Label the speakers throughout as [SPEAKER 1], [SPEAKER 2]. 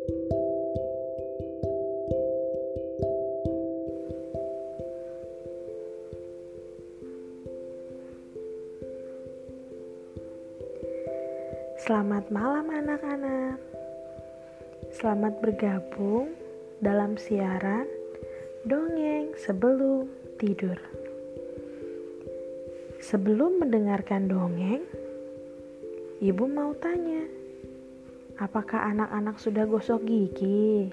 [SPEAKER 1] Selamat malam anak-anak. Selamat bergabung dalam siaran Dongeng Sebelum Tidur. Sebelum mendengarkan dongeng, Ibu mau tanya, apakah anak-anak sudah gosok gigi?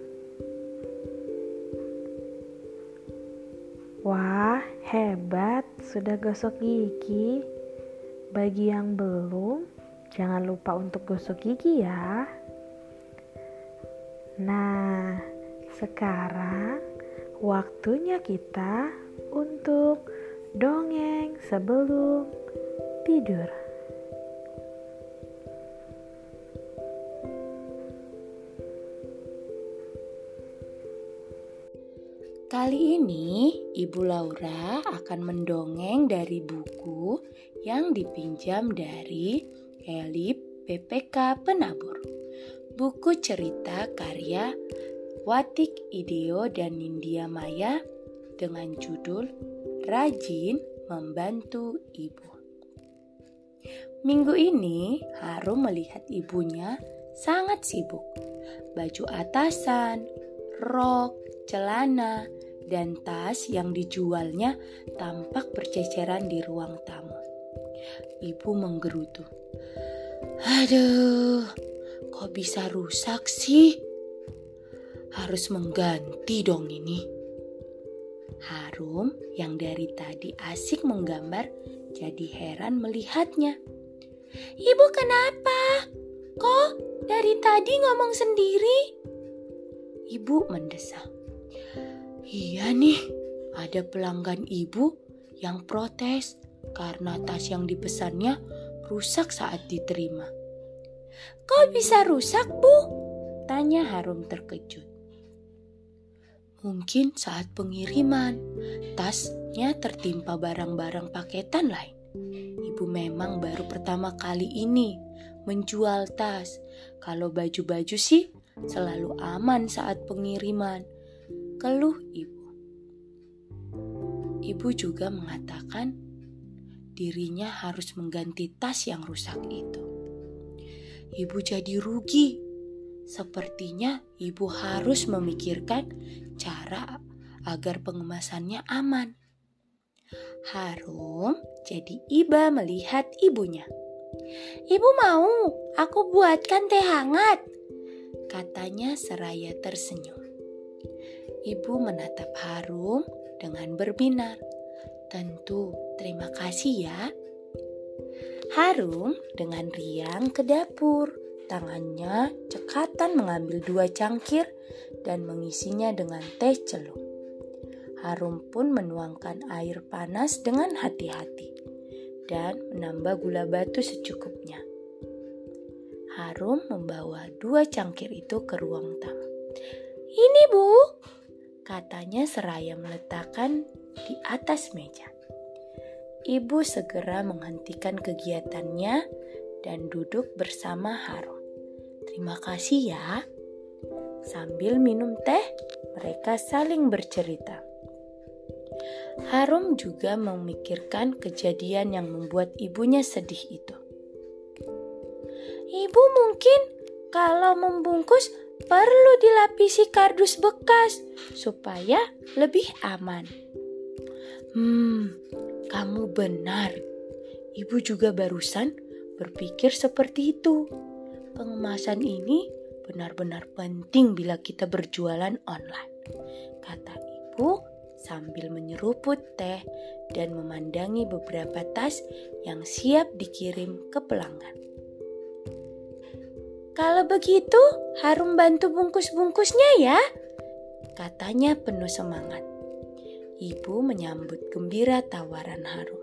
[SPEAKER 1] Wah, hebat, sudah gosok gigi. Bagi yang belum, jangan lupa untuk gosok gigi ya. Nah, sekarang waktunya kita untuk dongeng sebelum tidur.
[SPEAKER 2] Kali ini Ibu Laura akan mendongeng dari buku yang dipinjam dari Elip PPK Penabur. Buku cerita karya Watik Ideo dan Nindya Maya dengan judul Rajin Membantu Ibu. Minggu ini Harum melihat ibunya sangat sibuk. Baju atasan, rok, celana, dan tas yang dijualnya tampak berceceran di ruang tamu. Ibu menggerutu. Aduh, kok bisa rusak sih? Harus mengganti dong ini. Harum yang dari tadi asik menggambar jadi heran melihatnya. Ibu kenapa? Kok dari tadi ngomong sendiri? Ibu mendesah. Iya nih, ada pelanggan ibu yang protes karena tas yang dipesannya rusak saat diterima. Kok bisa rusak, Bu? Tanya Harum terkejut. Mungkin saat pengiriman, tasnya tertimpa barang-barang paketan lain. Ibu memang baru pertama kali ini menjual tas. Kalau baju-baju sih selalu aman saat pengiriman, keluh ibu. Ibu juga mengatakan dirinya harus mengganti tas yang rusak itu. Ibu jadi rugi. Sepertinya ibu harus memikirkan cara agar pengemasannya aman. Harum jadi iba melihat ibunya. Ibu mau aku buatkan teh hangat, katanya seraya tersenyum. Ibu menatap Harum dengan berbinar. Tentu, terima kasih ya. Harum dengan riang ke dapur. Tangannya cekatan mengambil 2 cangkir dan mengisinya dengan teh celup. Harum pun menuangkan air panas dengan hati-hati dan menambah gula batu secukupnya. Harum membawa 2 cangkir itu ke ruang tamu. Ini Bu, katanya seraya meletakkan di atas meja. Ibu segera menghentikan kegiatannya dan duduk bersama Harum. Terima kasih ya. Sambil minum teh, mereka saling bercerita. Harum juga memikirkan kejadian yang membuat ibunya sedih itu. Ibu mungkin kalau membungkus perlu dilapisi kardus bekas supaya lebih aman. Kamu benar. Ibu juga barusan berpikir seperti itu. Pengemasan ini benar-benar penting bila kita berjualan online, kata ibu sambil menyeruput teh dan memandangi beberapa tas yang siap dikirim ke pelanggan. Kalau begitu, Harum bantu bungkus-bungkusnya ya, katanya penuh semangat. Ibu menyambut gembira tawaran Harum.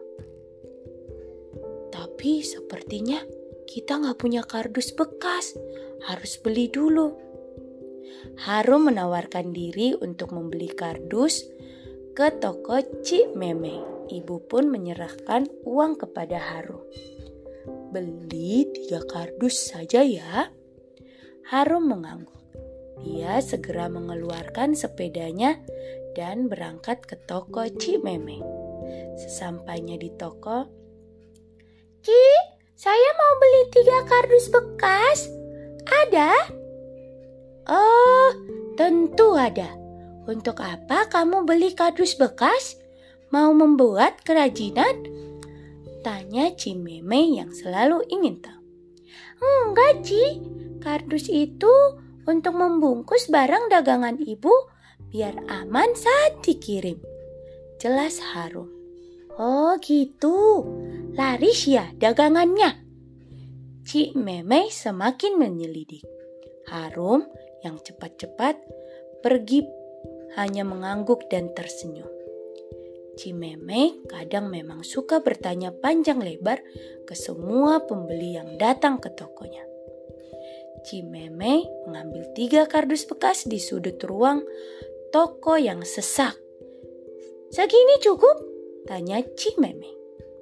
[SPEAKER 2] Tapi sepertinya kita gak punya kardus bekas, harus beli dulu. Harum menawarkan diri untuk membeli kardus ke toko Cik Meme. Ibu pun menyerahkan uang kepada Harum. Beli 3 kardus saja ya. Harum mengangguk. Dia segera mengeluarkan sepedanya dan berangkat ke toko Cimeme. Sesampainya di toko, "Ci, saya mau beli 3 kardus bekas. Ada?" "Oh, tentu ada. Untuk apa kamu beli kardus bekas? Mau membuat kerajinan?" tanya Cimeme yang selalu ingin tahu. "Enggak, Ci. Kardus itu untuk membungkus barang dagangan ibu biar aman saat dikirim," jelas Harum. "Oh gitu, laris ya dagangannya?" Cimeme semakin menyelidik. Harum yang cepat-cepat pergi hanya mengangguk dan tersenyum. Cimeme kadang memang suka bertanya panjang lebar ke semua pembeli yang datang ke tokonya. Cimeme mengambil 3 kardus bekas di sudut ruang toko yang sesak. "Segini cukup?" tanya Cimeme.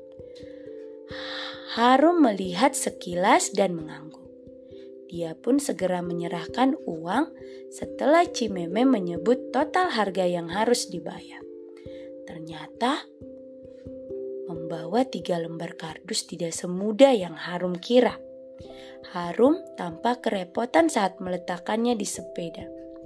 [SPEAKER 2] Harum melihat sekilas dan mengangguk. Dia pun segera menyerahkan uang setelah Cimeme menyebut total harga yang harus dibayar. Ternyata membawa 3 lembar kardus tidak semudah yang Harum kira. Harum tampak kerepotan saat meletakkannya di sepeda.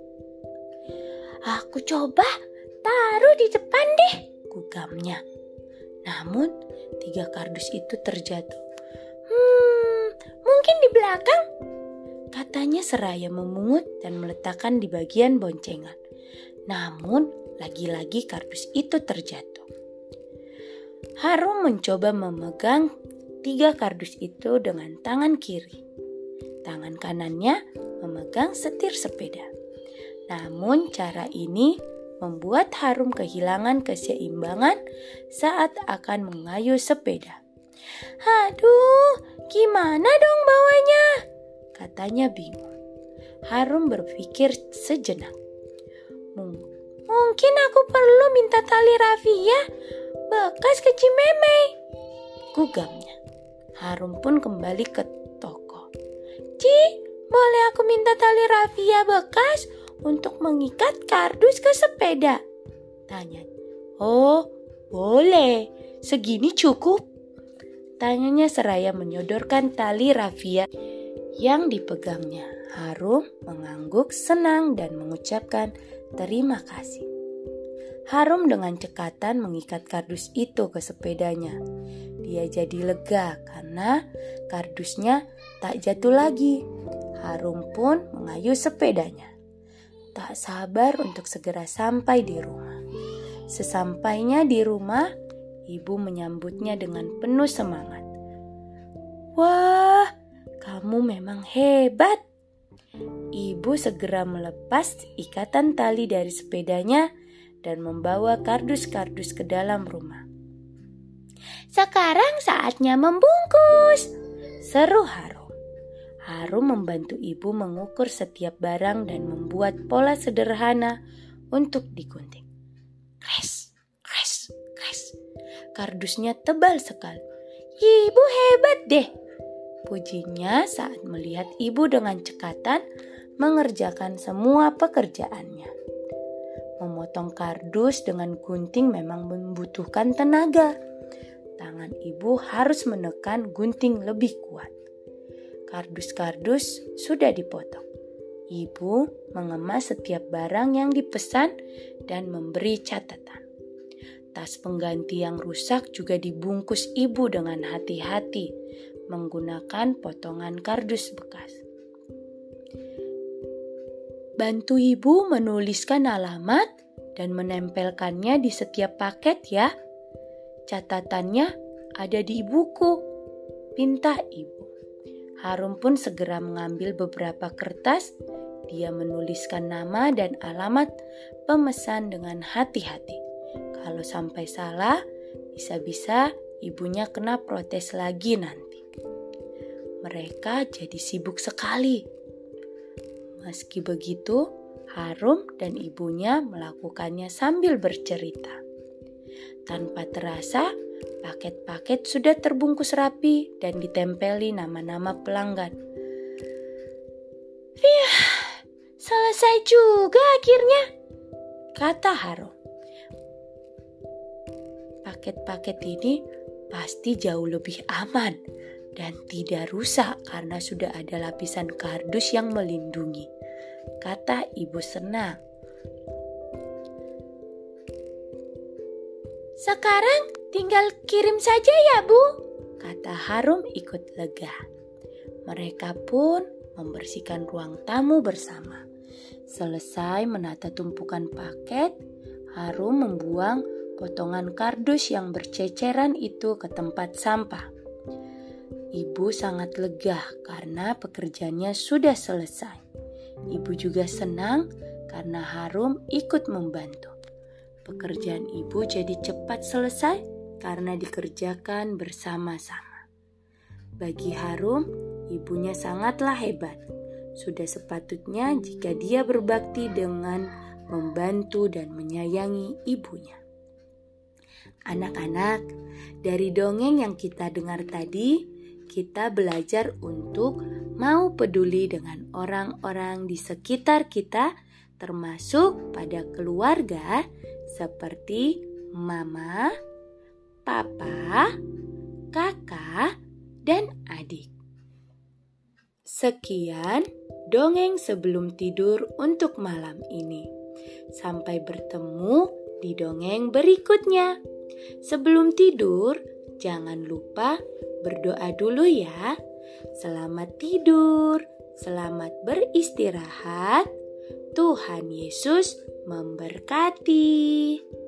[SPEAKER 2] "Aku coba taruh di depan deh," gugamnya. Namun 3 kardus itu terjatuh. "Mungkin di belakang," katanya seraya memungut dan meletakkan di bagian boncengan. Namun lagi-lagi kardus itu terjatuh. Harum mencoba memegang 3 kardus itu dengan tangan kiri. Tangan kanannya memegang setir sepeda. Namun cara ini membuat Harum kehilangan keseimbangan saat akan mengayuh sepeda. "Aduh, gimana dong bawanya?" katanya bingung. Harum berpikir sejenak. Mungkin aku perlu minta tali rafia bekas ke Cimeme," gugamnya. Harum pun kembali ke toko. "Ci, boleh aku minta tali rafia bekas untuk mengikat kardus ke sepeda?" tanya. "Oh, boleh. Segini cukup?" tanyanya seraya menyodorkan tali rafia yang dipegangnya. Harum mengangguk senang dan mengucapkan terima kasih. Harum dengan cekatan mengikat kardus itu ke sepedanya. Dia jadi lega karena kardusnya tak jatuh lagi. Harum pun mengayuh sepedanya. Tak sabar untuk segera sampai di rumah. Sesampainya di rumah, ibu menyambutnya dengan penuh semangat. "Wah, kamu memang hebat." Ibu segera melepas ikatan tali dari sepedanya dan membawa kardus-kardus ke dalam rumah. "Sekarang saatnya membungkus," seru Harum. Harum membantu ibu mengukur setiap barang dan membuat pola sederhana untuk digunting. Kres, kres, kres. Kardusnya tebal sekali. "Ibu hebat deh," pujinya saat melihat ibu dengan cekatan mengerjakan semua pekerjaannya. Memotong kardus dengan gunting memang membutuhkan tenaga. Tangan ibu harus menekan gunting lebih kuat. Kardus-kardus sudah dipotong. Ibu mengemas setiap barang yang dipesan dan memberi catatan. Tas pengganti yang rusak juga dibungkus ibu dengan hati-hati menggunakan potongan kardus bekas. "Bantu ibu menuliskan alamat dan menempelkannya di setiap paket ya. Catatannya ada di buku," pinta ibu. Harum pun segera mengambil beberapa kertas. Dia menuliskan nama dan alamat pemesan dengan hati-hati. Kalau sampai salah, bisa-bisa ibunya kena protes lagi nanti. Mereka jadi sibuk sekali. Meski begitu, Harum dan ibunya melakukannya sambil bercerita. Tanpa terasa, paket-paket sudah terbungkus rapi dan ditempeli nama-nama pelanggan. "Selesai selesai juga akhirnya, kata Harum. Paket-paket ini pasti jauh lebih aman dan tidak rusak karena sudah ada lapisan kardus yang melindungi, kata ibu senang. Sekarang tinggal kirim saja ya, Bu, kata Harum ikut lega. Mereka pun membersihkan ruang tamu bersama. Selesai menata tumpukan paket, Harum membuang potongan kardus yang berceceran itu ke tempat sampah. Ibu sangat lega karena pekerjaannya sudah selesai. Ibu juga senang karena Harum ikut membantu. Pekerjaan ibu jadi cepat selesai karena dikerjakan bersama-sama. Bagi Harum, ibunya sangatlah hebat. Sudah sepatutnya jika dia berbakti dengan membantu dan menyayangi ibunya. Anak-anak, dari dongeng yang kita dengar tadi, kita belajar untuk mau peduli dengan orang-orang di sekitar kita, termasuk pada keluarga seperti mama, papa, kakak, dan adik. Sekian dongeng sebelum tidur untuk malam ini. Sampai bertemu di dongeng berikutnya. Sebelum tidur, jangan lupa berdoa dulu ya. Selamat tidur, selamat beristirahat. Tuhan Yesus memberkati.